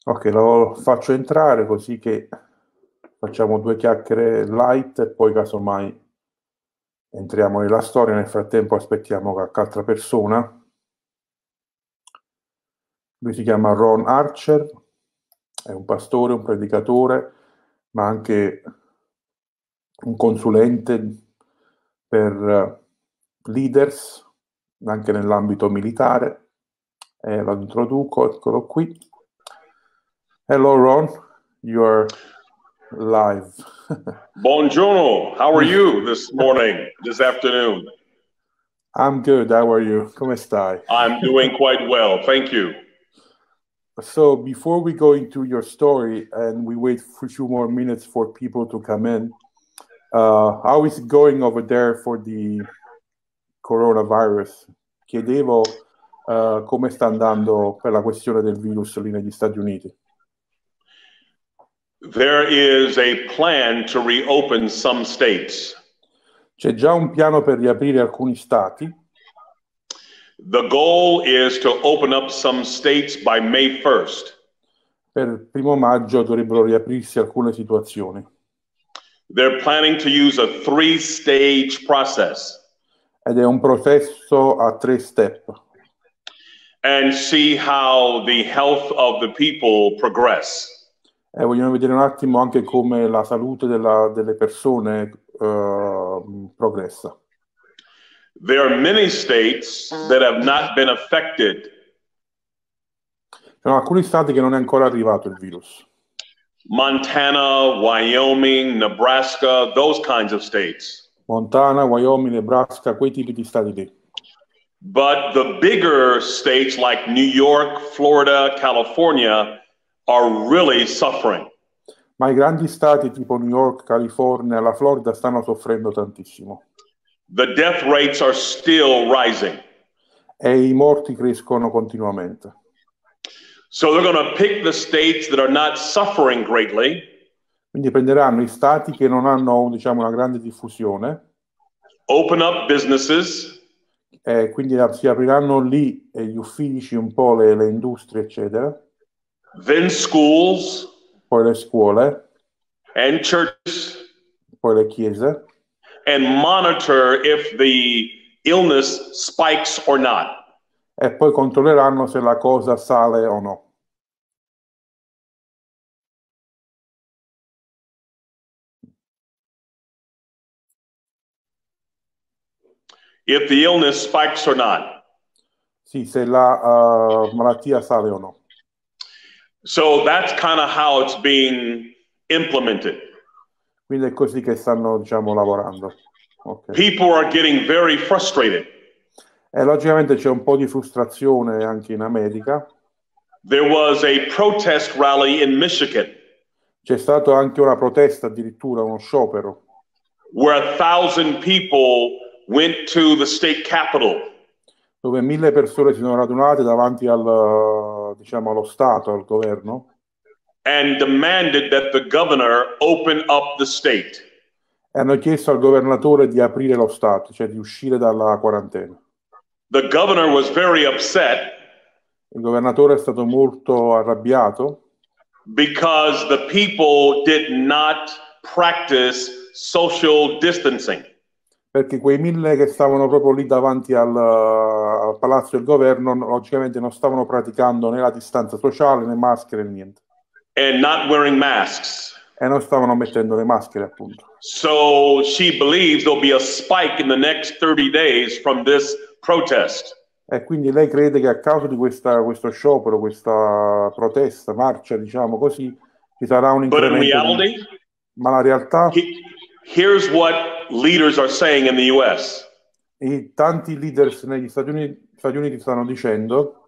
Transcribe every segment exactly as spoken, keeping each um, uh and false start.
Ok, lo faccio entrare così che facciamo due chiacchiere light e poi casomai entriamo nella storia. Nel frattempo aspettiamo qualche altra persona. Lui si chiama Ron Archer, è un pastore, un predicatore, ma anche un consulente per eh, leaders, anche nell'ambito militare. Eh, lo introduco, eccolo qui. Hello Ron, you are live. Buongiorno, how are you this morning, this afternoon? I'm good, how are you? Come stai? I'm doing quite well, thank you. So before we go into your story and we wait for a few more minutes for people to come in, uh, how is it going over there for the coronavirus? Chiedevo uh, come sta andando per la questione del virus lì negli Stati Uniti. There is a plan to reopen some states. C'è già un piano per riaprire alcuni stati. The goal is to open up some states by May first. Per il primo maggio dovrebbero riaprirsi alcune situazioni. They're planning to use a three-stage process. Ed è un processo a tre step. And see how the health of the people progress. E vogliamo vedere un attimo anche come la salute della, delle persone uh, progressa. There are many states that have not been affected. Ci sono alcuni stati che non è ancora arrivato il virus. Montana, Wyoming, Nebraska, those kinds of states. Montana, Wyoming, Nebraska, quei tipi di stati lì. But the bigger states like New York, Florida, California are really suffering. Ma i grandi stati tipo New York, California, la Florida stanno soffrendo tantissimo. The death rates are still rising. E i morti crescono continuamente. So they're going to pick the states that are not suffering greatly. Quindi prenderanno i stati che non hanno, diciamo, una grande diffusione. Open up businesses. E quindi si apriranno lì eh, gli uffici, un po' le, le industrie, eccetera. Then schools. Poi le scuole. And churches. Poi le chiese. And monitor if the illness spikes or not. E poi controlleranno se la cosa sale o no. If the illness spikes or not. Sì, se la uh, malattia sale o no. So that's kind of how it's being implemented. Quindi è così che stanno, diciamo, lavorando. Okay. People are getting very frustrated. E logicamente c'è un po' di frustrazione anche in America. There was a protest rally in Michigan. C'è stata anche una protesta, addirittura uno sciopero. Where a thousand people went to the state capitol. Dove mille persone si sono radunate davanti al, diciamo, allo Stato, al governo. And demanded that the governor open up the state. E hanno chiesto al governatore di aprire lo Stato, cioè di uscire dalla quarantena. The governor was very upset. Il governatore è stato molto arrabbiato. Because the people did not practice social distancing. Perché quei mille che stavano proprio lì davanti al, al palazzo del governo, logicamente non stavano praticando né la distanza sociale, né maschere, né niente. And not wearing masks. E non stavano mettendo le maschere, appunto. So she believes there'll be a spike in the next thirty days from this protest. E quindi lei crede che a causa di questa, questo sciopero, questa protesta, marcia, diciamo così, ci sarà un incremento. But in reality, di... Ma la realtà... He, here's what leaders are saying in the U S. I tanti leaders negli Stati Uniti, Stati Uniti stanno dicendo: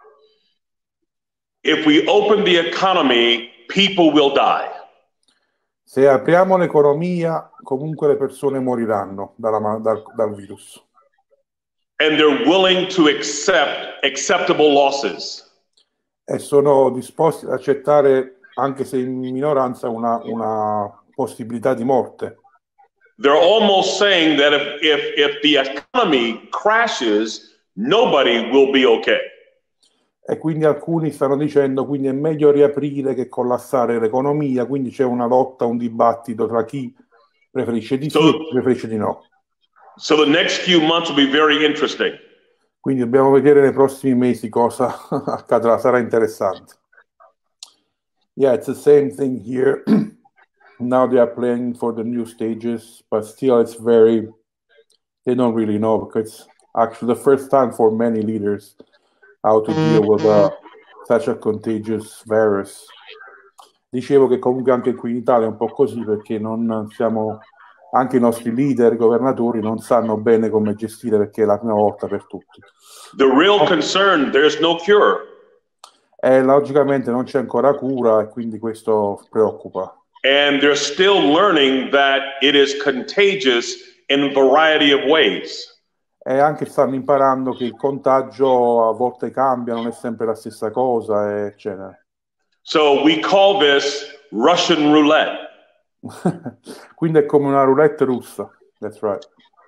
if we open the economy, people will die. Se apriamo l'economia, comunque le persone moriranno dalla, dal, dal virus. And they're willing to accept acceptable losses. E sono disposti ad accettare, anche se in minoranza, una, una possibilità di morte. They're almost saying that if, if, if the economy crashes, nobody will be okay. E quindi alcuni stanno dicendo quindi è meglio riaprire che collassare l'economia, quindi c'è una lotta, un dibattito tra chi preferisce di sì e chi So, preferisce di no. so the next few months will be very interesting. Quindi dobbiamo vedere nei prossimi mesi cosa accadrà, sarà interessante. Yeah, it's the same thing here. Now they are planning for the new stages, but still it's very, they don't really know because it's actually the first time for many leaders how to deal with uh, such a contagious virus. Dicevo che comunque anche qui in Italia è un po' così perché non siamo, anche i nostri leader, i governatori non sanno bene come gestire perché è la prima volta per tutti. The real concern, there's no cure. E logicamente non c'è ancora cura e quindi questo preoccupa. And they're still learning that it is contagious in a variety of ways. E anche stanno imparando che il contagio a volte cambia, non è sempre la stessa cosa, eccetera. So we call this Russian roulette. Quindi è come una roulette russa. That's right.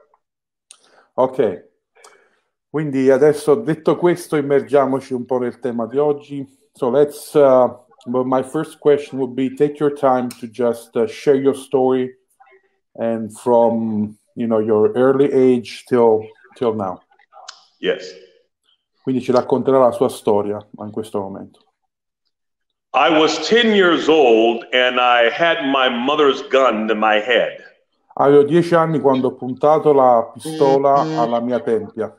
Ok. Quindi adesso detto questo, immergiamoci un po' nel tema di oggi. So let's, uh, well, my first question would be, take your time to just uh, share your story and from, you know, your early age till, till now. Yes. Quindi ci racconterà la sua storia in questo momento. I was ten years old and I had my mother's gun to my head. Avevo dieci anni quando ho puntato la pistola alla mia tempia.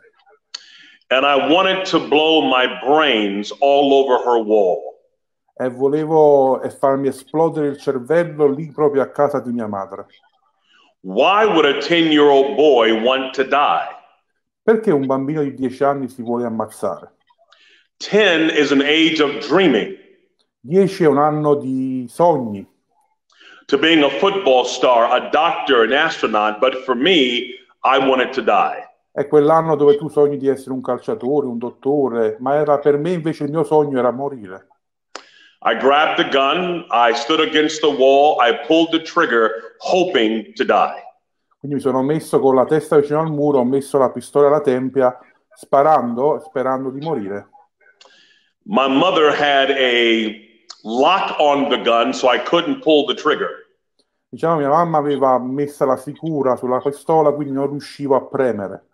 And I wanted to blow my brains all over her wall. E volevo e farmi esplodere il cervello lì proprio a casa di mia madre. Why would a ten-year-old boy want to die? Perché un bambino di dieci anni si vuole ammazzare? ten is an age of dreaming. dieci è un anno di sogni. To being a football star, a doctor, an astronaut, but for me, I wanted to die. È quell'anno dove tu sogni di essere un calciatore, un dottore, ma era per me invece il mio sogno era morire. I grabbed the gun, I stood against the wall, I pulled the trigger, hoping to die. Quindi mi sono messo con la testa vicino al muro, ho messo la pistola alla tempia, sparando, sperando di morire. My mother had a lock on the gun, so I couldn't pull the trigger. Diciamo, mia mamma aveva messa la sicura sulla pistola, quindi non riuscivo a premere.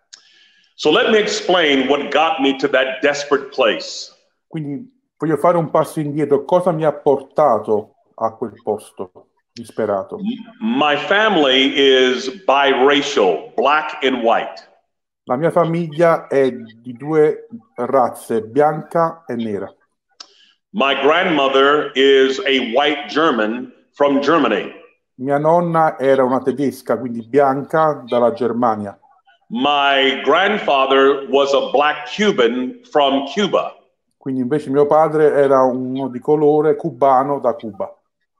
So let me explain what got me to that desperate place. Quindi voglio fare un passo indietro. Cosa mi ha portato a quel posto disperato? My family is biracial, black and white. La mia famiglia è di due razze, bianca e nera. My grandmother is a white German from Germany. Mia nonna era una tedesca, quindi bianca, dalla Germania. My grandfather was a black Cuban from Cuba. Quindi invece mio padre era uno di colore cubano da Cuba.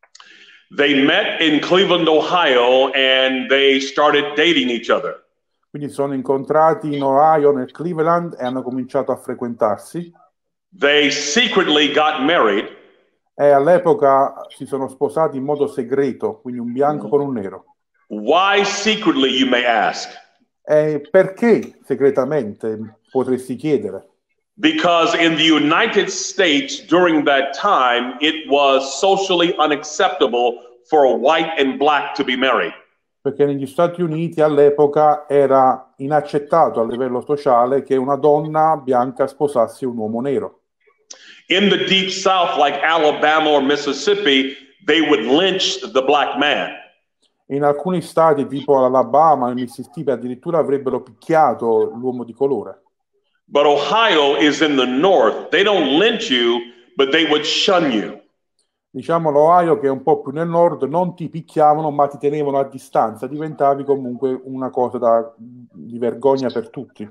They met in Cleveland, Ohio, and they started dating each other. Quindi sono incontrati in Ohio, nel Cleveland, e hanno cominciato a frequentarsi. They secretly got married. E all'epoca si sono sposati in modo segreto, quindi un bianco con un nero. Why secretly, you may ask? E perché segretamente, potresti chiedere? Because in the United States during that time, it was socially unacceptable for a white and black to be married. Perché negli Stati Uniti all'epoca era inaccettato a livello sociale che una donna bianca sposasse un uomo nero. In the deep South, like Alabama or Mississippi, they would lynch the black man. In alcuni stati, tipo l'Alabama, il Mississippi, addirittura avrebbero picchiato l'uomo di colore. But Ohio is in the north. They don't lynch you, but they would shun you. Diciamo l'Ohio, che è un po' più nel nord, non ti picchiavano, ma ti tenevano a distanza. Diventavi comunque una cosa da, di vergogna per tutti.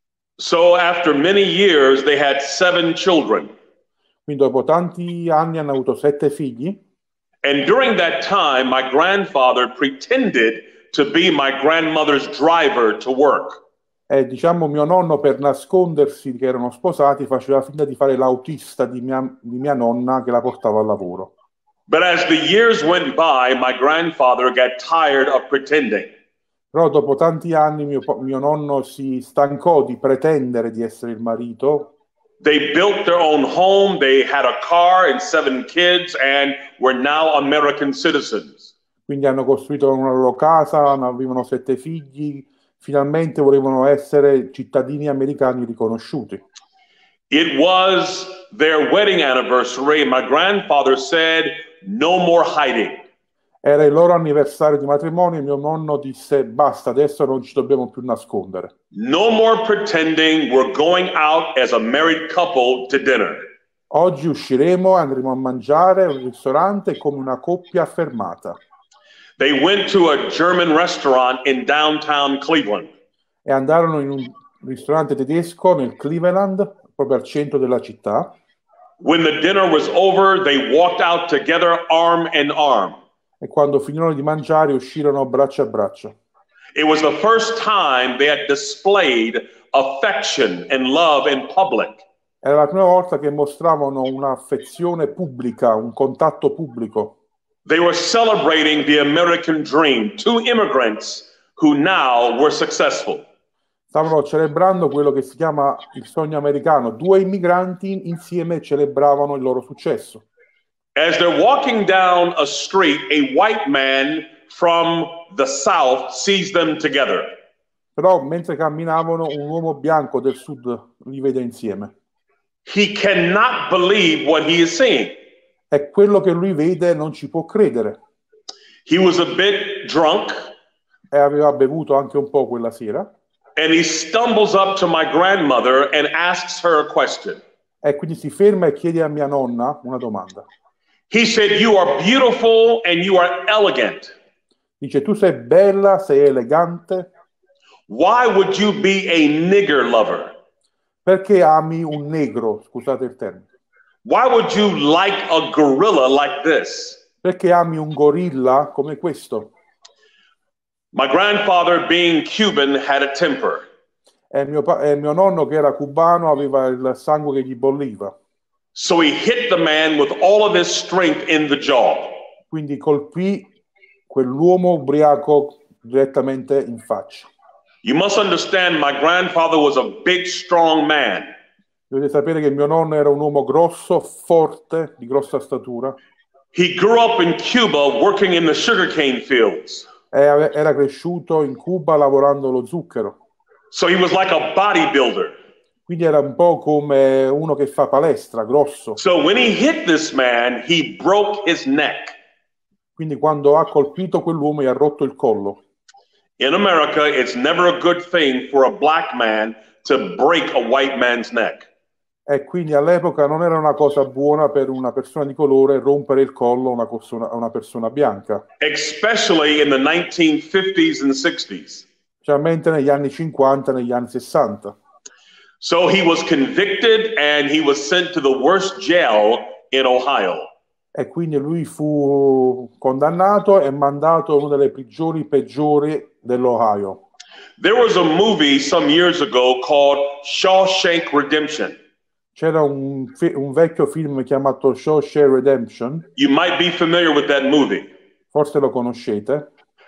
So after many years, they had seven children. Quindi dopo tanti anni hanno avuto sette figli. And during that time, my grandfather pretended to be my grandmother's driver to work. E diciamo mio nonno, per nascondersi che erano sposati, faceva finta di fare l'autista di mia, di mia nonna che la portava al lavoro. But as the years went by, my grandfather got tired of pretending. Però dopo tanti anni mio, mio nonno si stancò di pretendere di essere il marito. They built their own home, they had a car and seven kids, and were now American citizens. Quindi hanno costruito una loro casa, avevano sette figli, finalmente volevano essere cittadini americani riconosciuti. It was their wedding anniversary, and my grandfather said, "No more hiding." Era il loro anniversario di matrimonio e mio nonno disse basta, adesso non ci dobbiamo più nascondere. No more pretending we're going out as a married couple to dinner. Oggi usciremo e andremo a mangiare al ristorante come una coppia affermata. They went to a German restaurant in downtown Cleveland. E andarono in un ristorante tedesco nel Cleveland, proprio al centro della città. When the dinner was over, they walked out together arm in arm. E quando finirono di mangiare uscirono braccio a braccio. It was the first time they had displayed affection and love in public. Era la prima volta che mostravano un'affezione pubblica, un contatto pubblico. They were celebrating the American dream, two immigrants who now were successful. Stavano celebrando quello che si chiama il sogno americano. Due immigranti insieme celebravano il loro successo. As they're walking down a street, a white man from the South sees them together. Però mentre camminavano un uomo bianco del sud li vede insieme. He cannot believe what he is seeing. E quello che lui vede non ci può credere. He was a bit drunk. E aveva bevuto anche un po' quella sera. And he stumbles up to my grandmother and asks her a question. E quindi si ferma e chiede a mia nonna una domanda. He said, "You are beautiful and you are elegant. Dice, tu sei bella, sei elegante. Why would you be a nigger lover? Perché ami un negro? Scusate il termine. Why would you like a gorilla like this?" Perché ami un gorilla come questo? My grandfather, being Cuban, had a temper. E mio, pa- e mio nonno, che era cubano, aveva il sangue che gli bolliva. So he hit the man with all of his strength in the jaw. Quindi colpì quell'uomo ubriaco direttamente in faccia. You must understand, my grandfather was a big, strong man. Dovete sapere che mio nonno era un uomo grosso, forte, di grossa statura. He grew up in Cuba working in the sugarcane fields. E ave- era cresciuto in Cuba lavorando lo zucchero. So he was like a bodybuilder. Quindi era un po' come uno che fa palestra, grosso. So when he hit this man, he broke his neck. Quindi quando ha colpito quell'uomo gli ha rotto il collo. In America, it's never a good thing for a black man to break a white man's neck. E quindi all'epoca non era una cosa buona per una persona di colore rompere il collo a una persona, a una persona bianca. Especially in the nineteen fifties and sixties. Specialmente negli anni cinquanta, negli anni sessanta. So he was convicted and he was sent to the worst jail in Ohio. E quindi lui fu condannato e mandato in una delle prigioni peggiori dell'Ohio. There was a movie some years ago called Shawshank Redemption. C'era un, fi- un vecchio film chiamato Shawshank Redemption, You might be familiar with that movie. forse lo conoscete.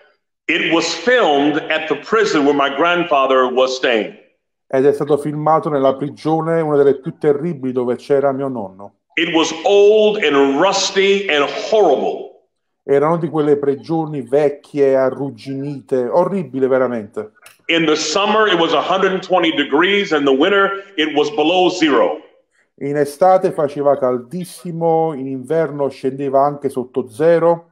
It was filmed at the prison where my grandfather was staying. Ed è stato filmato nella prigione, una delle più terribili, dove c'era mio nonno. It was old and rusty and horrible. Erano di quelle prigioni vecchie, arrugginite, orribile veramente. In the summer, it was one hundred twenty degrees, and the winter, it was below zero. In estate faceva caldissimo, in inverno scendeva anche sotto zero.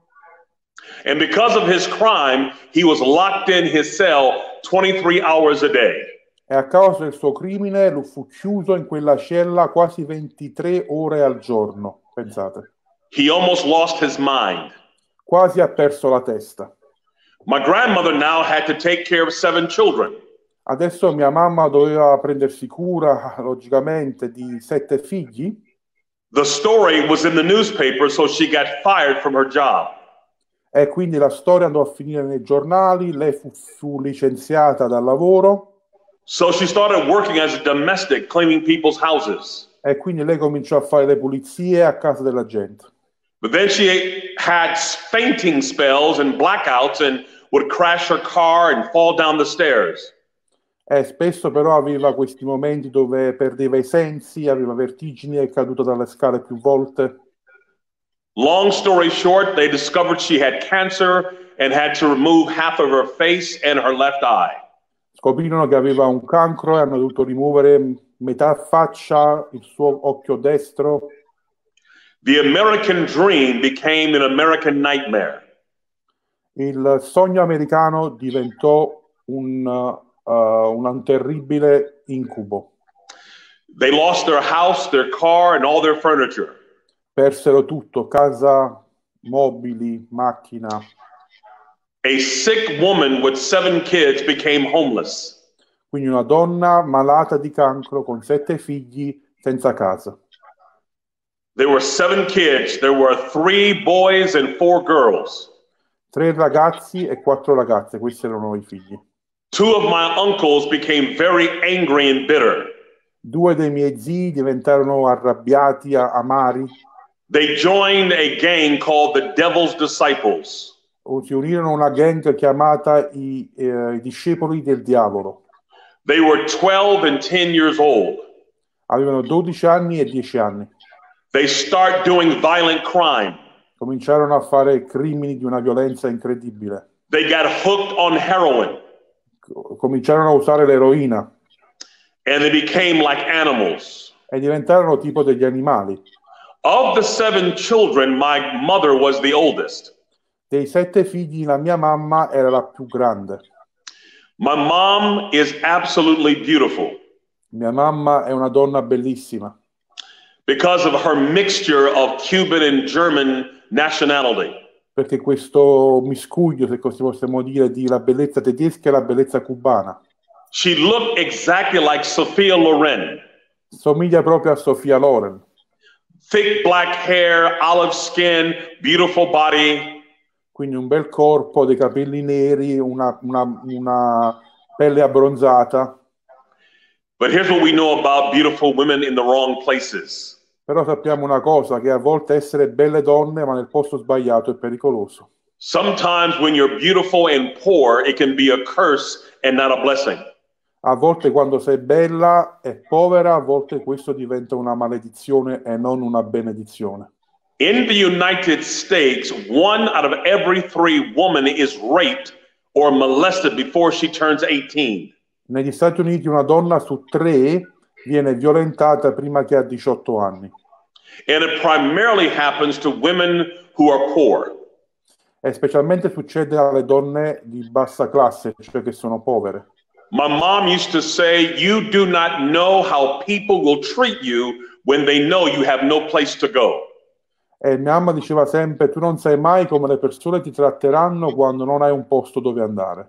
And because of his crime, he was locked in his cell twenty-three hours a day. E a causa del suo crimine lui fu chiuso in quella cella quasi ventitré ore al giorno, pensate. He almost lost his mind. Quasi ha perso la testa. My grandmother now had to take care of seven children. Adesso mia mamma doveva prendersi cura, logicamente, di sette figli. The story was in the newspaper, so she got fired from her job. E quindi la storia andò a finire nei giornali, lei fu, fu licenziata dal lavoro. So she started working as a domestic, cleaning people's houses. E quindi lei cominciò a fare le pulizie a casa della gente. But then she had fainting spells and blackouts and would crash her car and fall down the stairs. E spesso però aveva questi momenti dove perdeva i sensi, aveva vertigini, è caduta dalle scale più volte. Long story short, they discovered she had cancer and had to remove half of her face and her left eye. Scoprirono che aveva un cancro e hanno dovuto rimuovere metà faccia, il suo occhio destro. The American dream became an American nightmare. Il sogno americano diventò un, uh, un terribile incubo. They lost their house, their car, and all their furniture. Persero tutto, casa, mobili, macchina. A sick woman with seven kids became homeless. Quindi una donna malata di cancro con sette figli senza casa. There were seven kids. There were three boys and four girls. Tre ragazzi e quattro ragazze, questi erano i figli. Two of my uncles became very angry and bitter. Due dei miei zii diventarono arrabbiati, amari. They joined a gang called the Devil's Disciples. O si unirono a una gang chiamata i, eh, i discepoli del diavolo. They were twelve and ten years old. Avevano dodici anni e dieci anni. They start doing violent crime. Cominciarono a fare crimini di una violenza incredibile. They got hooked on heroin. Cominciarono a usare l'eroina. And they became like animals. E diventarono tipo degli animali. Of the seven children, my mother was the oldest. Dei sette figli, la mia mamma era la più grande. My mom is absolutely beautiful. Mia mamma è una donna bellissima. Because of her mixture of Cuban and German nationality. Perché questo miscuglio, se così possiamo dire, di la bellezza tedesca e la bellezza cubana. She looked exactly like Sophia Loren. Somiglia proprio a Sophia Loren. Thick black hair, olive skin, beautiful body. Quindi un bel corpo, dei capelli neri, una, una, una pelle abbronzata. But here's what we know about beautiful women in the wrong places. Però sappiamo una cosa, che a volte essere belle donne ma nel posto sbagliato è pericoloso. Sometimes when you're beautiful and poor, it can be a curse and not a blessing. A volte quando sei bella e povera, a volte questo diventa una maledizione e non una benedizione. In the United States, one out of every three women is raped or molested before she turns eighteen. Negli Stati Uniti una donna su tre viene violentata prima che ha diciotto anni. And it primarily happens to women who are poor. E specialmente succede alle donne di bassa classe, cioè che sono povere. My mom used to say, you do not know how people will treat you when they know you have no place to go. E mia mamma diceva sempre, tu non sai mai come le persone ti tratteranno quando non hai un posto dove andare.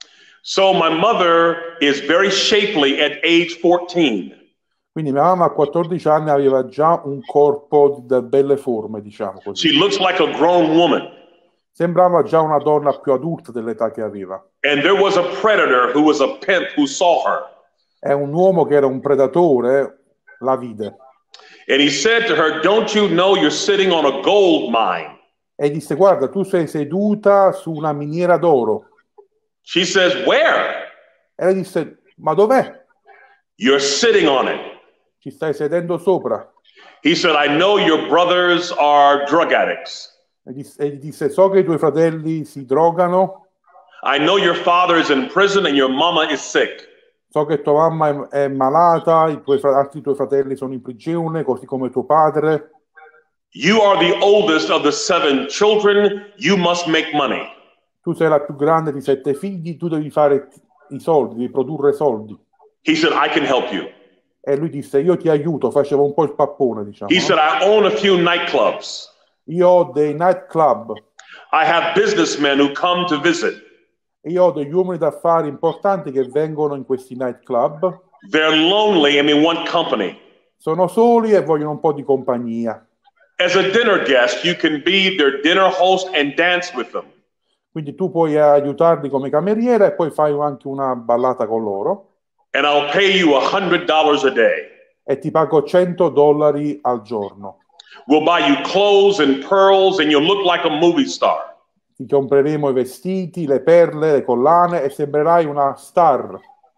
So my mother is very shapely at age fourteen. Quindi mia mamma a quattordici anni aveva già un corpo da belle forme, diciamo così. She looks like a grown woman. Sembrava già una donna più adulta dell'età che aveva. And there was a predator who was a pimp who saw her. E un uomo che era un predatore la vide. And he said to her, don't you know you're sitting on a gold mine? E disse, guarda, tu sei seduta su una miniera d'oro. She says, where? E lei disse, ma dov'è? You're sitting on it. Ci stai sedendo sopra. He said, I know your brothers are drug addicts. E disse, e gli disse, so che i tuoi fratelli si drogano. I know your father is in prison and your mama is sick. So che tua mamma è, è malata, i tuoi, altri tuoi fratelli sono in prigione, così come tuo padre. You are the oldest of the seven children. You must make money. Tu sei la più grande di sette figli, tu devi fare i soldi, devi produrre soldi. He said, I can help you. E lui disse, io ti aiuto, faceva un po' il pappone, diciamo. He said, I own a few nightclubs. Io ho dei nightclub. I have businessmen who come to visit. Io ho degli uomini d'affari importanti che vengono in questi nightclub. They're lonely and they want company. Sono soli e vogliono un po' di compagnia. As a dinner guest, you can be their dinner host and dance with them. Quindi tu puoi aiutarli come cameriera e poi fai anche una ballata con loro. And I'll pay you one hundred dollars a day. E ti pago cento dollari al giorno. We'll buy you clothes and pearls and you'll look like a movie star. Ti compreremo i vestiti, le perle, le collane e sembrerai una star,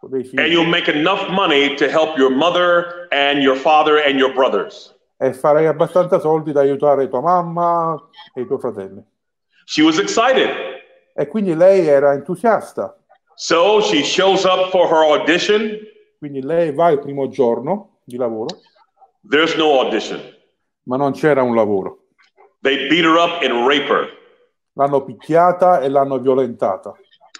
dei And figli, you'll make enough money to help your mother and your father and your brothers. e farai abbastanza soldi da aiutare tua mamma e i tuoi fratelli. She was excited. E quindi lei era entusiasta. So she shows up for her audition. Quindi lei va il primo giorno di lavoro, There's no audition. ma non c'era un lavoro. They beat her up and rape her. L'hanno picchiata e l'hanno violentata.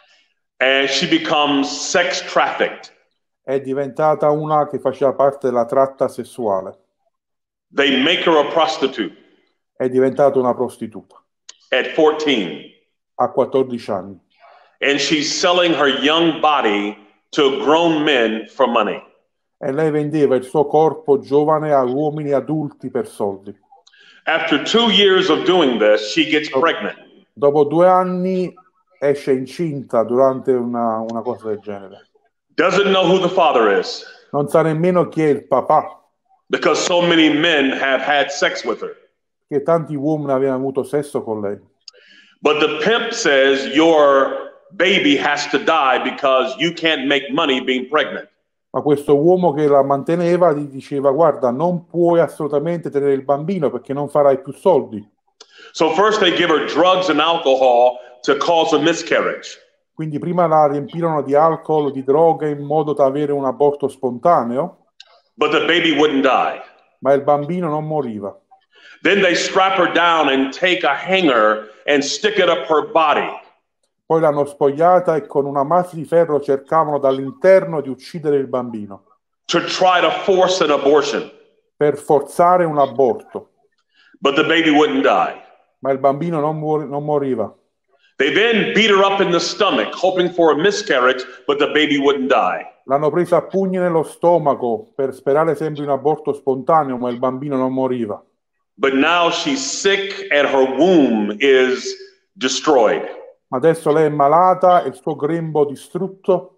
And she becomes sex trafficked. È diventata una che faceva parte della tratta sessuale. They make her a prostitute È diventata una prostituta at fourteen. a quattordici anni. And she's selling her young body to grown men for money. E lei vendeva il suo corpo giovane a uomini adulti per soldi. After two years of doing this, she gets pregnant. Dopo due anni esce incinta durante una, una cosa del genere. Doesn't know who the father is Non sa nemmeno chi è il papà, because so many men have had sex with her. che tanti uomini avevano avuto sesso con lei. But the pimp says your baby has to die because you can't make money being pregnant. Ma questo uomo che la manteneva gli diceva: guarda, non puoi assolutamente tenere il bambino perché non farai più soldi. So first they give her drugs and alcohol to cause a miscarriage. Quindi prima la riempirono di alcol, di droghe in modo da avere un aborto spontaneo, But the baby wouldn't die. ma il bambino non moriva. Then they strap her down and take a hanger and stick it up her body. Poi l'hanno spogliata e con una mazza di ferro cercavano dall'interno di uccidere il bambino To try to force an abortion. per forzare un aborto, But the baby wouldn't die. ma il bambino non, muor- non moriva. They then beat her up in the stomach, hoping for a miscarriage, but the baby wouldn't die. L'hanno presa a pugni nello stomaco per sperare sempre un aborto spontaneo, ma il bambino non moriva. But now she's sick and her womb is destroyed. Ma adesso lei è malata e il suo grembo distrutto.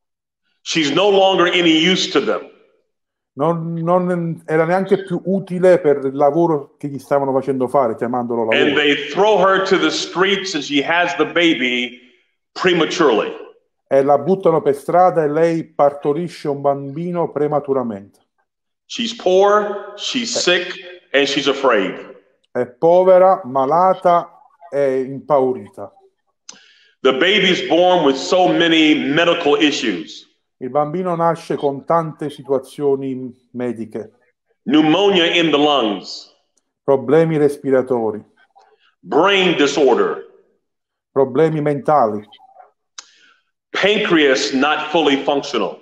She's no longer any use to them. Non, non era neanche più utile per il lavoro che gli stavano facendo fare, chiamandolo And lavoro. they throw her to the streets and she has the baby prematurely. E la buttano per strada e lei partorisce un bambino prematuramente. She's poor, she's sick, and she's afraid. È povera, malata e impaurita. The baby's born with so many medical issues. Il bambino nasce con tante situazioni mediche, Pneumonia in the lungs, problemi respiratori, brain disorder, problemi mentali, pancreas not fully functional.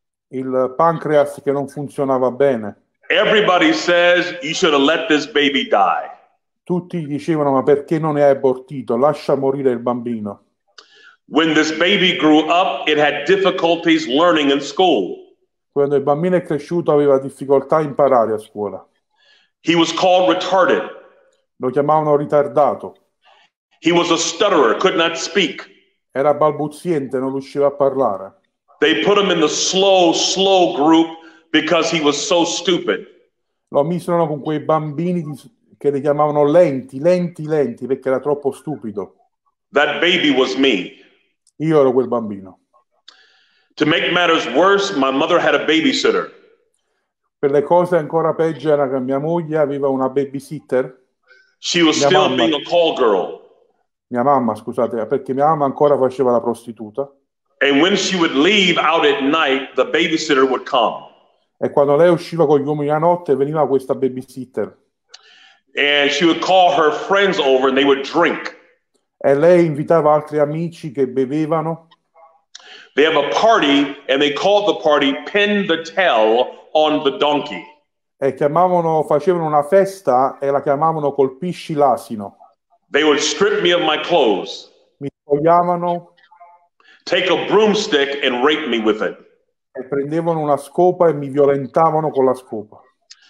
il pancreas che non funzionava bene. Everybody says you should have let this baby die. Tutti gli dicevano: ma perché non ne hai abortito? Lascia morire il bambino. When this baby grew up, it had difficulties learning in school. Quando il bambino è cresciuto aveva difficoltà a imparare a scuola. He was called retarded. Lo chiamavano ritardato. He was a stutterer, could not speak. Era balbuziente, non riusciva a parlare. They put him in the slow, slow group because he was so stupid. Lo misero con quei bambini di- che li chiamavano lenti, lenti, lenti, perché era troppo stupido. That baby was me. Io ero quel bambino. To make matters worse, my mother had a babysitter. Per le cose ancora peggio era che mia moglie aveva una babysitter, She was Mia still mamma. being a call girl. mia mamma, scusate, perché mia mamma ancora faceva la prostituta, And when she would leave out at night, the babysitter would come. e quando lei usciva con gli uomini la notte veniva questa babysitter And she would call her friends over and they would drink. e lei invitava altri amici che bevevano. They have a party and they called the party Pin the Tail on the Donkey. E chiamavano, facevano una festa e la chiamavano colpisci l'asino. They would strip me of my clothes, Mi spogliavano take a broomstick and rape me with it. e prendevano una scopa e mi violentavano con la scopa.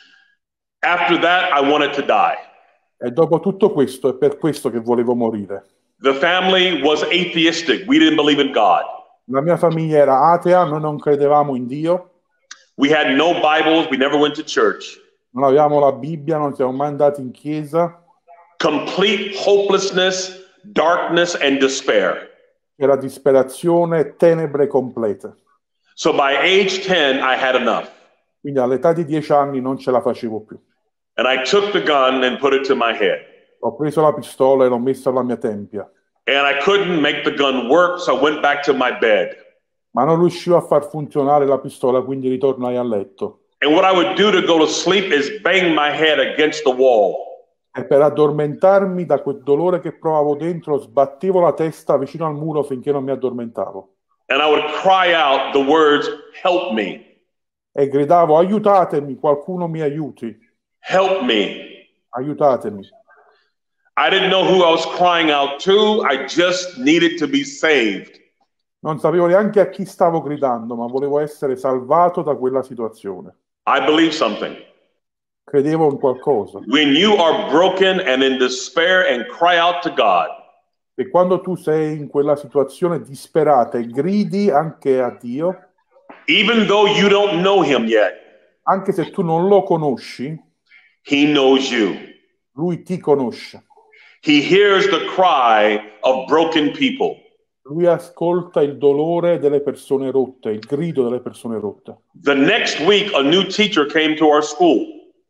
After that, I wanted to die. E dopo tutto questo è per questo che volevo morire. The family was atheistic. We didn't believe in God. La mia famiglia era atea, noi non credevamo in Dio, We had no Bibles. We never went to church. non avevamo la Bibbia, non siamo mai andati in chiesa, Complete hopelessness, darkness, and despair. era disperazione, tenebre complete. So by age ten, I had enough. Quindi all'età di dieci anni non ce la facevo più. And I took the gun and put it to my head. Ho preso la pistola e l'ho messa alla mia tempia. And I couldn't make the gun work, so I went back to my bed. Ma non riuscivo a far funzionare la pistola, quindi ritornai a letto. And what I would do to go to sleep is bang my head against the wall. E per addormentarmi da quel dolore che provavo dentro, sbattevo la testa vicino al muro finché non mi addormentavo. And I would cry out the words, help me. E gridavo, aiutatemi, qualcuno mi aiuti. Help me. Aiutatemi. I didn't know who I was crying out to. I just needed to be saved. Non sapevo neanche a chi stavo gridando, ma volevo essere salvato da quella situazione. I believe something. Credevo in qualcosa. When you are broken and in despair and cry out to God, E quando tu sei in quella situazione disperata e gridi anche a Dio, even though you don't know him yet, anche se tu non lo conosci, he knows you. lui ti conosce. He hears the cry of broken people. Lui ascolta il dolore delle persone rotte, il grido delle persone rotte. The next week, a new teacher came to our school.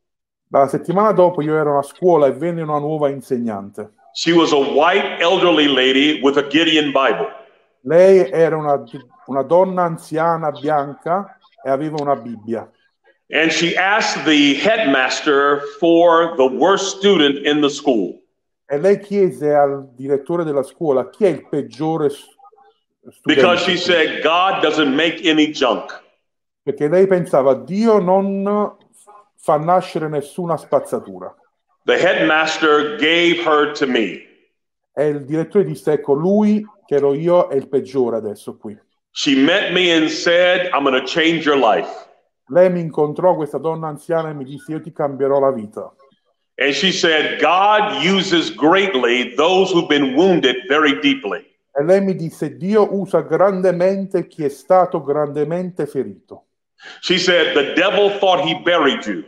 La settimana dopo io ero a scuola e venne una nuova insegnante. She was a white elderly lady with a Gideon Bible. Lei era una, una donna anziana bianca e aveva una Bibbia. And she asked the headmaster for the worst student in the school. E lei chiese al direttore della scuola chi è il peggiore studente. Because she said, God doesn't make any junk. Perché lei pensava, Dio non fa nascere nessuna spazzatura. The headmaster gave her to me. E il direttore disse, ecco, lui, che ero io, è il peggiore adesso qui. She met me and said, I'm going to change your life. Lei mi incontrò, questa donna anziana, e mi disse, io ti cambierò la vita. And she said, God uses greatly those who've been wounded very deeply. E lei mi disse, Dio usa grandemente chi è stato grandemente ferito. She said, the devil thought he buried you.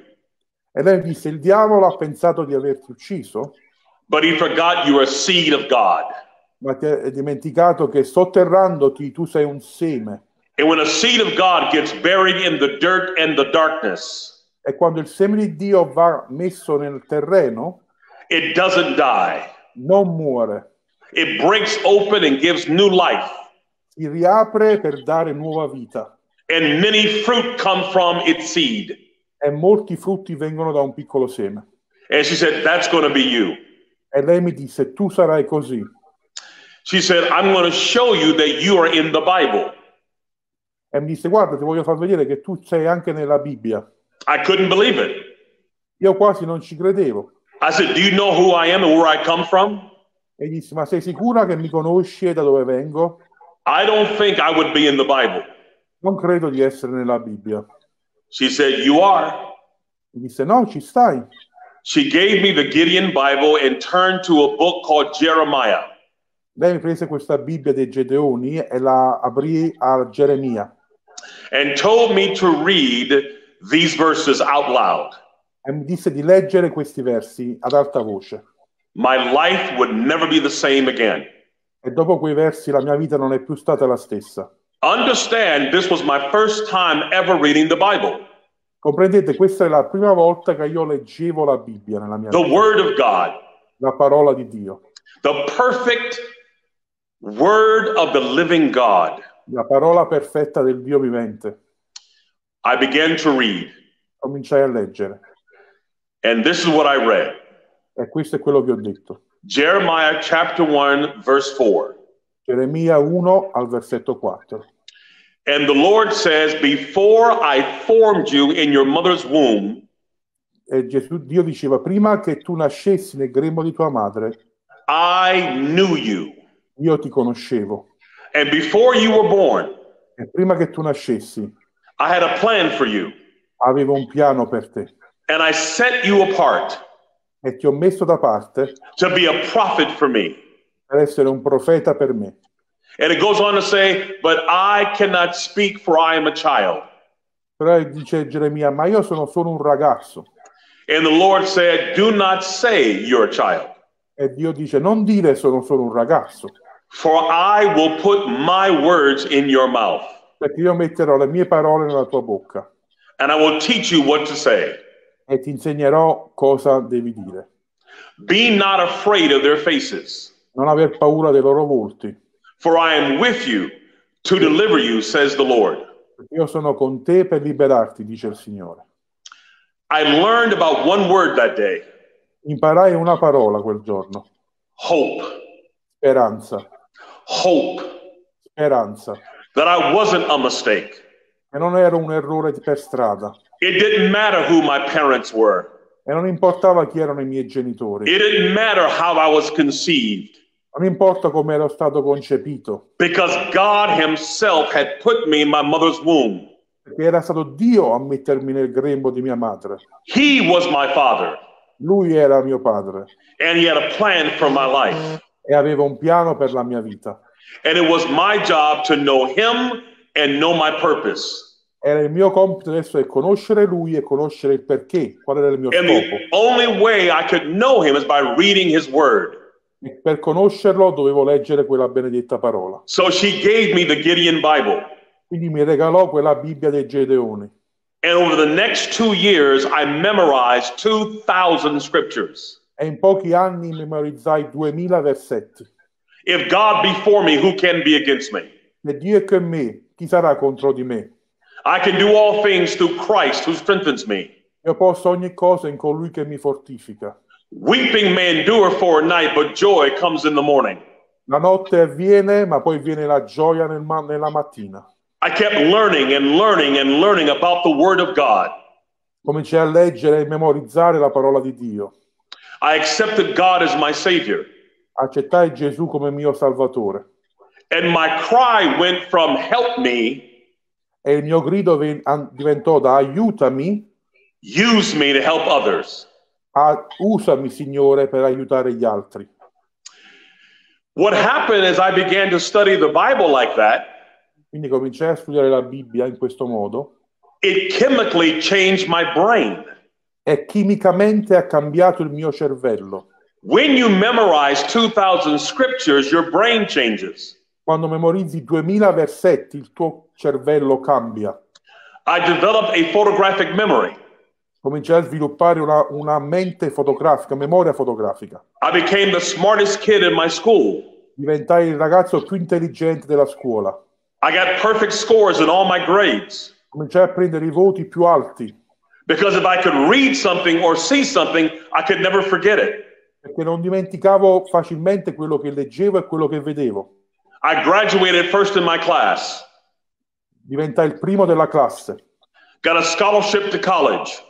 E lei disse, il diavolo ha pensato di averti ucciso, but he forgot you're a seed of God. ma ti è dimenticato che sotterrandoti tu sei un seme. And when a seed of God gets buried in the dirt and the darkness, E quando il seme di Dio va messo nel terreno, it doesn't die. non muore, It breaks open and gives new life. si riapre per dare nuova vita. And many fruit come from its seed. E molti frutti vengono da un piccolo seme. And she said, that's going to be you. E lei mi disse, tu sarai così. She said, I'm going to show you that you are in the Bible. E mi disse, guarda, ti voglio far vedere che tu sei anche nella Bibbia. I couldn't believe it. Io quasi non ci credevo. I said, do you know who I am and where I come from? E gli disse, ma sei sicura che mi conosci e da dove vengo? I don't think I would be in the Bible. Non credo di essere nella Bibbia. She said, you are. Mi disse, no, ci stai. She gave me the Gideon Bible and turned to a book called Jeremiah. Lei mi prese questa Bibbia dei Gedeoni e la aprì a Geremia. And told me to read these verses out loud. E mi disse di leggere questi versi ad alta voce. My life would never be the same again. E dopo quei versi la mia vita non è più stata la stessa. Understand, this was my first time ever reading the Bible. Comprendete, questa è la prima volta che io leggevo la Bibbia nella mia The vita. Word of God. La parola di Dio. The perfect Word of the living God. La parola perfetta del Dio vivente. I began to read. Cominciai a leggere. And this is what I read. E questo è quello che ho detto. Jeremiah chapter one, verse four. Geremia uno al versetto quattro. And the Lord says, before I formed you in your mother's womb, E Gesù, Dio diceva, prima che tu nascessi nel grembo di tua madre, I knew you. io ti conoscevo. And before you were born, E prima che tu nascessi, I had a plan for you. avevo un piano per te. And I set you apart E ti ho messo da parte to be a prophet for me. per essere un profeta per me. And it goes on to say, but I cannot speak for I am a child. Però dice Geremia, ma io sono solo un ragazzo. And the Lord said, do not say you're a child. E Dio dice, non dire sono solo un ragazzo, For I will put my words in your mouth. perché io metterò le mie parole nella tua bocca and I will teach you what to say. e ti insegnerò cosa devi dire. Be not afraid of their faces, Non aver paura dei loro volti, for I am with you to deliver you, says the Lord. perché io sono con te per liberarti, dice il Signore. I learned about one word that day, Imparai una parola quel giorno. hope. Speranza. Hope. Speranza. That I wasn't a mistake. E non era un errore per strada. It didn't matter who my parents were. E non importava chi erano i miei genitori. It didn't matter how I was conceived. Non importa come ero stato concepito. Because God himself had put me in my mother's womb. Perché era stato Dio a mettermi nel grembo di mia madre. He was my father. Lui era mio padre. And he had a plan for my life. E aveva un piano per la mia vita. And it was my job to know him and know my purpose. Era il mio compito adesso è conoscere lui e conoscere il perché, qual era il mio And scopo. the only way I could know him is by reading his word. E per conoscerlo dovevo leggere quella benedetta parola. So she gave me the Gideon Bible. Quindi mi regalò quella Bibbia dei Gedeoni. And over the next two years, I memorized two thousand scriptures. E in pochi anni memorizzai duemila versetti. If God be for me, who can be against me? Se Dio è con me, chi sarà contro di me? I can do all things through Christ who strengthens me. Io posso ogni cosa in colui che mi fortifica. Weeping may endure for a night, but joy comes in the morning. La notte avviene, ma poi viene la gioia nel ma- nella mattina. I kept learning and learning and learning about the Word of God. Cominciai a leggere e memorizzare la parola di Dio. I accepted God as my Savior. Accettai Gesù come mio Salvatore. And my cry went from help me, E il mio grido ven- an- diventò da aiutami use me to help others. a usami, Signore, per aiutare gli altri. What happened as I began to study the Bible like that, Quindi cominciai a studiare la Bibbia in questo modo it chemically changed my brain. e chimicamente ha cambiato il mio cervello. When you memorize two thousand scriptures, your brain changes. Quando memorizzi duemila versetti, il tuo cervello cambia. I developed a photographic memory. Cominciai a sviluppare una, una mente fotografica, memoria fotografica. I became the smartest kid in my school. Diventai il ragazzo più intelligente della scuola. I got perfect scores in all my grades. Cominciai a prendere i voti più alti, Because if I could read something or see something, I could never forget it. perché non dimenticavo facilmente quello che leggevo e quello che vedevo. I graduated first in my class, Diventai il primo della classe. got a scholarship to college,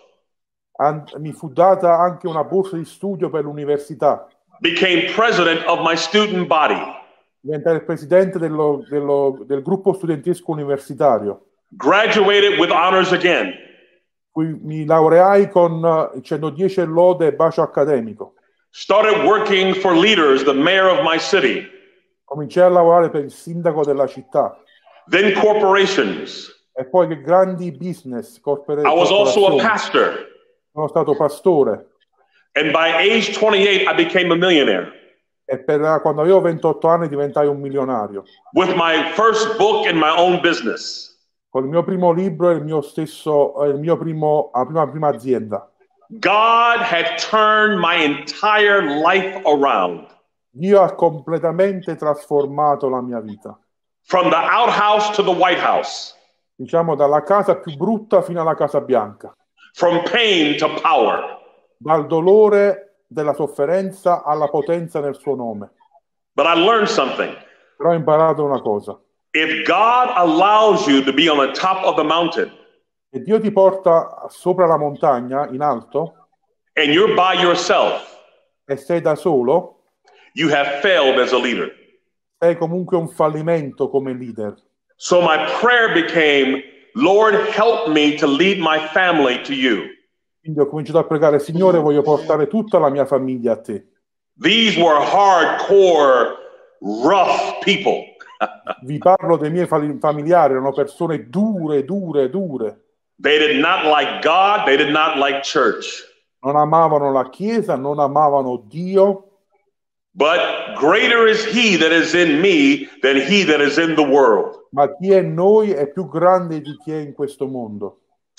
An- mi fu data anche una borsa di studio per l'università. became president of my student body, Diventai il presidente dello- dello- del gruppo studentesco universitario. graduated with honors again, Qui mi laureai con eh, centodieci lode e bacio accademico. started working for leaders, the mayor of my city, Cominciai a lavorare per il sindaco della città then corporations. e poi che grandi business, corpore- I was also a corporazioni. pastor. Sono stato pastore And by age twenty-eight, I became a millionaire e per, quando avevo ventotto anni diventai un milionario. with my first book and my own business. Con il mio primo libro e il mio stesso, eh, il mio primo, la prima, prima azienda. God had turned my entire life around. Dio ha completamente trasformato la mia vita. From the outhouse to the White House, Diciamo dalla casa più brutta fino alla casa bianca. from pain to power. Dal dolore della sofferenza alla potenza nel suo nome. But I learned something. Però ho imparato una cosa. If God allows you to be on the top of the mountain Se Dio ti porta sopra la montagna, in alto, and you're by yourself, e sei da solo, you have failed as a leader. sei comunque un fallimento come leader. So my prayer became, Lord, help me to lead my family to you. Quindi ho cominciato a pregare, Signore, voglio portare tutta la mia famiglia a te. These were hardcore, rough people. Vi parlo dei miei fali- familiari, erano persone dure, dure, dure. They did not like God. They did not like church. Non amavano la Chiesa, non amavano Dio. But greater is he that is in me than he that is in the world. Ma chi è in noi è più grande di chi è in questo mondo.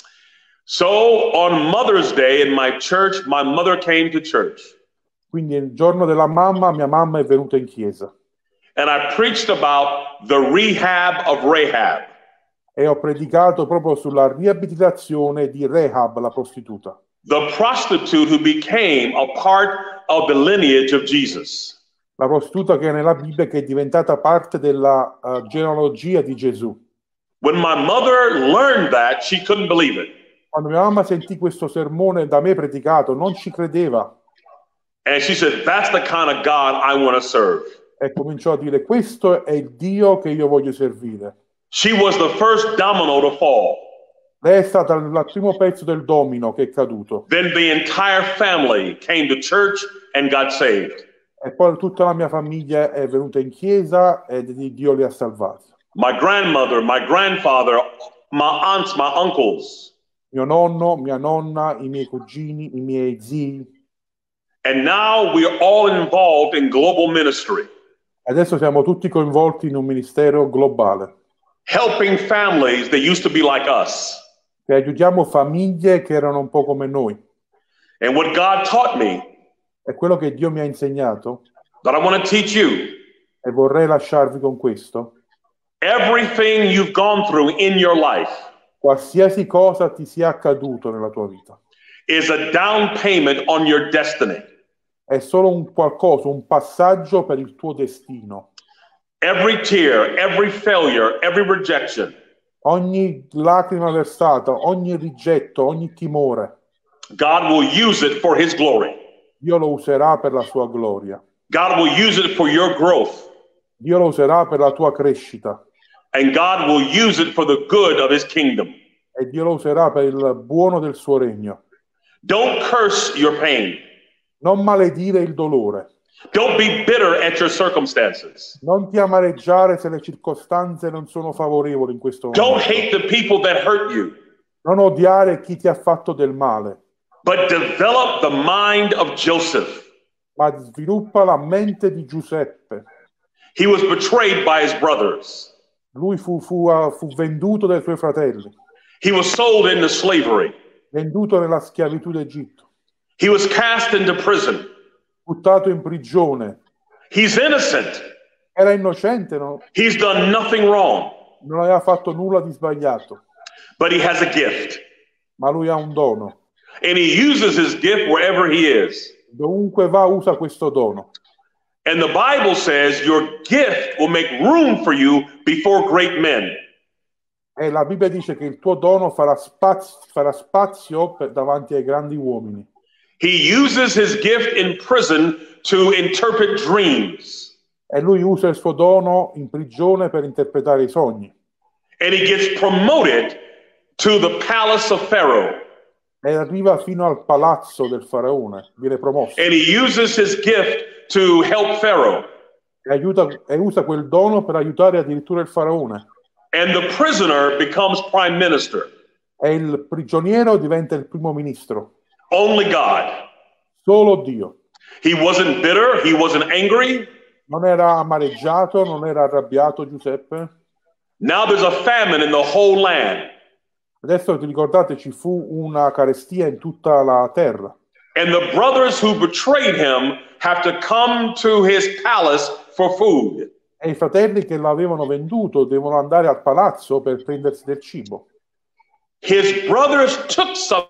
So on Mother's Day in my church, my mother came to church. Quindi il giorno della mamma, mia mamma è venuta in chiesa. And I preached about the rehab of Rahab. E ho predicato proprio sulla riabilitazione di Rahab, la prostituta. The prostitute who became a part of the lineage of Jesus. La prostituta che è nella Bibbia, che è diventata parte della uh, genealogia di Gesù. When my mother learned that, she couldn't believe it. Quando mia mamma sentì questo sermone da me predicato, non ci credeva. And she said, that's the kind of God I want to serve. E cominciò a dire, questo è il Dio che io voglio servire. She was the first domino to fall. Lei è stata il primo pezzo del domino che è caduto. Then the entire family came to church and got saved. E poi tutta la mia famiglia è venuta in chiesa e Dio li ha salvati. My grandmother, my grandfather, my aunts, my uncles. Mio nonno, mia nonna, i miei cugini, i miei zii. And now we are all involved in global ministry. Adesso siamo tutti coinvolti in un ministero globale. Helping families that used to be like us. Che aiutiamo famiglie che erano un po' come noi. And what God taught me, è quello che Dio mi ha insegnato, that I want to teach you. E vorrei lasciarvi con questo. Everything you've gone through in your life, qualsiasi cosa ti sia accaduto nella tua vita, is a down payment on your destiny. È solo un qualcosa, un passaggio per il tuo destino. Every tear, every failure, every rejection. Ogni lacrima versata, ogni rigetto, ogni timore. God will use it for his glory. Dio lo userà per la sua gloria. God will use it for your growth. Dio lo userà per la tua crescita. And God will use it for the good of his kingdom. E Dio lo userà per il buono del suo regno. Don't curse your pain. Non maledire il dolore. Don't be bitter at your circumstances. Non ti amareggiare se le circostanze non sono favorevoli in questo momento. Don't hate the people that hurt you. Non odiare chi ti ha fatto del male. But develop the mind of Joseph. Ma sviluppa la mente di Giuseppe. He was betrayed by his brothers. Lui fu, fu, uh, fu venduto dai suoi fratelli. He was sold into slavery. Venduto nella schiavitù d'Egitto. He was cast into prison. Buttato in prigione. He's innocent. Era innocente, no? He's done nothing wrong. Non aveva fatto nulla di sbagliato. But he has a gift. Ma lui ha un dono. And he uses his gift wherever he is. Dovunque va usa questo dono. And the Bible says your gift will make room for you before great men. E la Bibbia dice che il tuo dono farà spazio, farà spazio per, davanti ai grandi uomini. He uses his gift in prison to interpret dreams. E lui usa il suo dono in prigione per interpretare i sogni. And he gets promoted to the palace of Pharaoh. E arriva fino al palazzo del faraone, viene promosso. And he uses his gift to help Pharaoh. E, aiuta, e usa quel dono per aiutare addirittura il faraone. And the prisoner becomes prime minister. E il prigioniero diventa il primo ministro. Only God. Solo Dio. He wasn't bitter, he wasn't angry. Non era amareggiato, non era arrabbiato Giuseppe. Now there's a famine in the whole land. Adesso ti ricordate, ci fu una carestia in tutta la terra. And the brothers who betrayed him have to come to his palace for food. E i fratelli che l'avevano venduto devono andare al palazzo per prendersi del cibo. His brothers took some.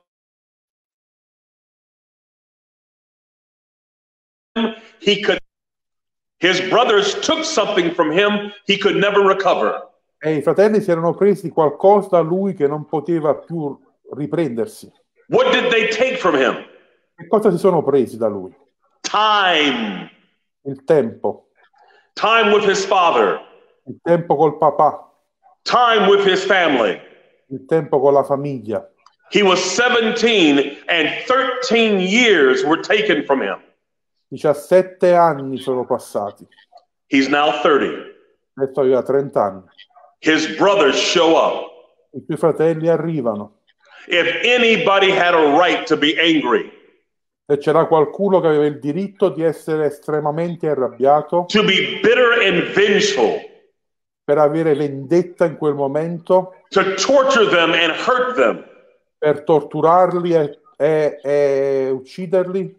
He could. His brothers took something from him he could never recover. E i fratelli si erano presi qualcosa da lui che non poteva più riprendersi. What did they take from him? Che cosa si sono presi da lui? Time. Il tempo. Time with his father. Il tempo col papà. Time with his family. Il tempo con la famiglia. He was seventeen and thirteen years were taken from him. diciassette anni sono passati. He's now thirty. Adesso aveva trenta anni. His brothers show up. I suoi fratelli arrivano. If anybody had a right to be angry, Se c'era qualcuno che aveva il diritto di essere estremamente arrabbiato, to be bitter and vengeful, per avere vendetta in quel momento, to torture them and hurt them, per torturarli e, e- e ucciderli,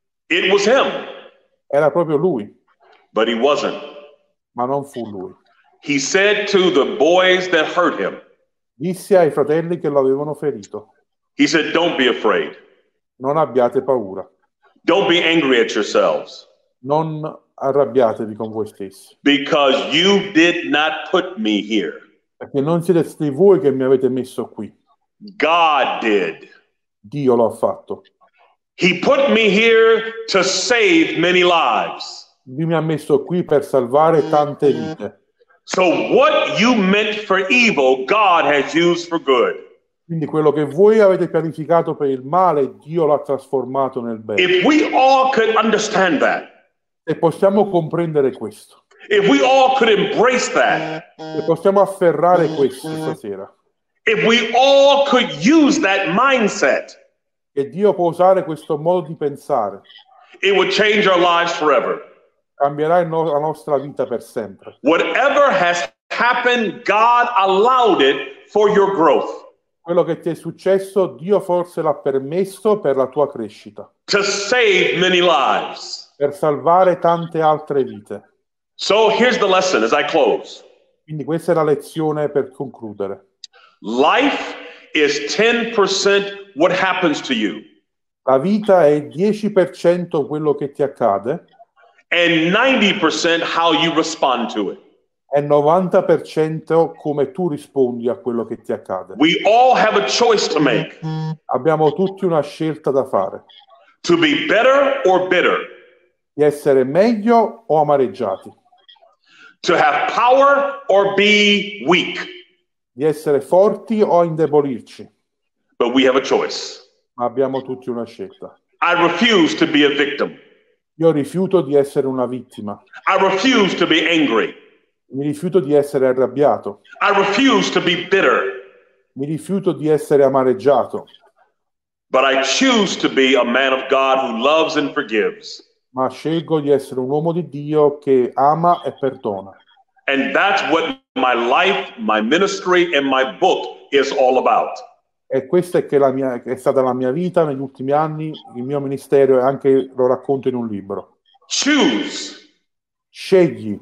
it was him. era proprio lui, But he wasn't. ma non fu lui. He said to the boys that hurt him, Disse ai fratelli che lo avevano ferito, he said, don't be afraid. non abbiate paura, Don't be angry at yourselves, non arrabbiatevi con voi stessi, because you did not put me here. perché non siete stati voi che mi avete messo qui, God did. Dio lo ha fatto. He put me here to save many lives. Lui mi ha messo qui per salvare tante vite. So what you meant for evil, God has used for good. Quindi quello che voi avete pianificato per il male, Dio l'ha trasformato nel bene. If we all could understand that, E possiamo comprendere questo, if we all could embrace that, e possiamo afferrare questo stasera, if we all could use that mindset, che Dio può usare questo modo di pensare, it would change our lives forever. cambierà il no- la nostra vita per sempre. Whatever has happened, God allowed it for your growth, Quello che ti è successo, Dio forse l'ha permesso per la tua crescita, to save many lives. per salvare tante altre vite. So here's the lesson as I close. Quindi questa è la lezione per concludere. Life is ten percent what happens to you La vita è dieci per cento quello che ti accade and ninety percent how you respond to it. e novanta per cento come tu rispondi a quello che ti accade. We all have a choice to make, Abbiamo tutti una scelta da fare, to be better or bitter, di essere meglio o amareggiati, to have power or be weak. di essere forti o indebolirci, But we have a choice. ma abbiamo tutti una scelta. I refuse to be a victim. Io rifiuto di essere una vittima, I refuse to be angry. mi rifiuto di essere arrabbiato, I refuse to be bitter. mi rifiuto di essere amareggiato, But I choose to be a man of God who loves and forgives. ma scelgo di essere un uomo di Dio che ama e perdona. And that's what my life, my ministry, and my book is all about. E questa è, che la mia, è stata la mia vita negli ultimi anni, il mio ministero, e anche lo racconto in un libro. Choose, Scegli,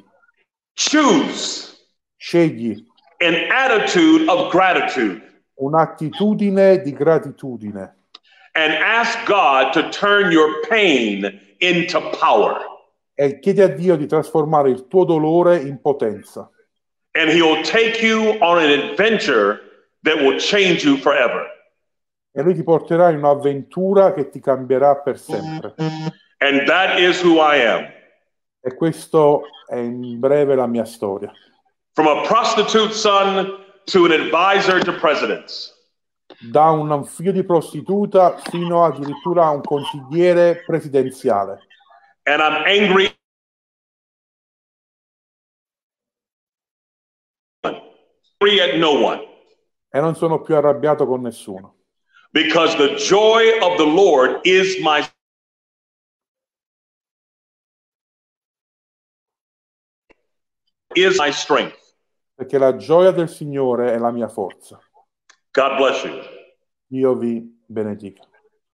choose scegli an attitude of gratitude un'attitudine di gratitudine and ask God to turn your pain into power. e chiedi a Dio di trasformare il tuo dolore in potenza. And He'll take you on an adventure that will change you forever. E Lui ti porterà in un'avventura che ti cambierà per sempre. And that is who I am. E questo è in breve la mia storia. From a prostitute son to an advisor to presidents. Da un figlio di prostituta fino addirittura a un consigliere presidenziale. And I'm angry at no one. E non sono più arrabbiato con nessuno. Because the joy of the Lord is my is my strength. Perché la gioia del Signore è la mia forza. God bless you. Dio vi benedica.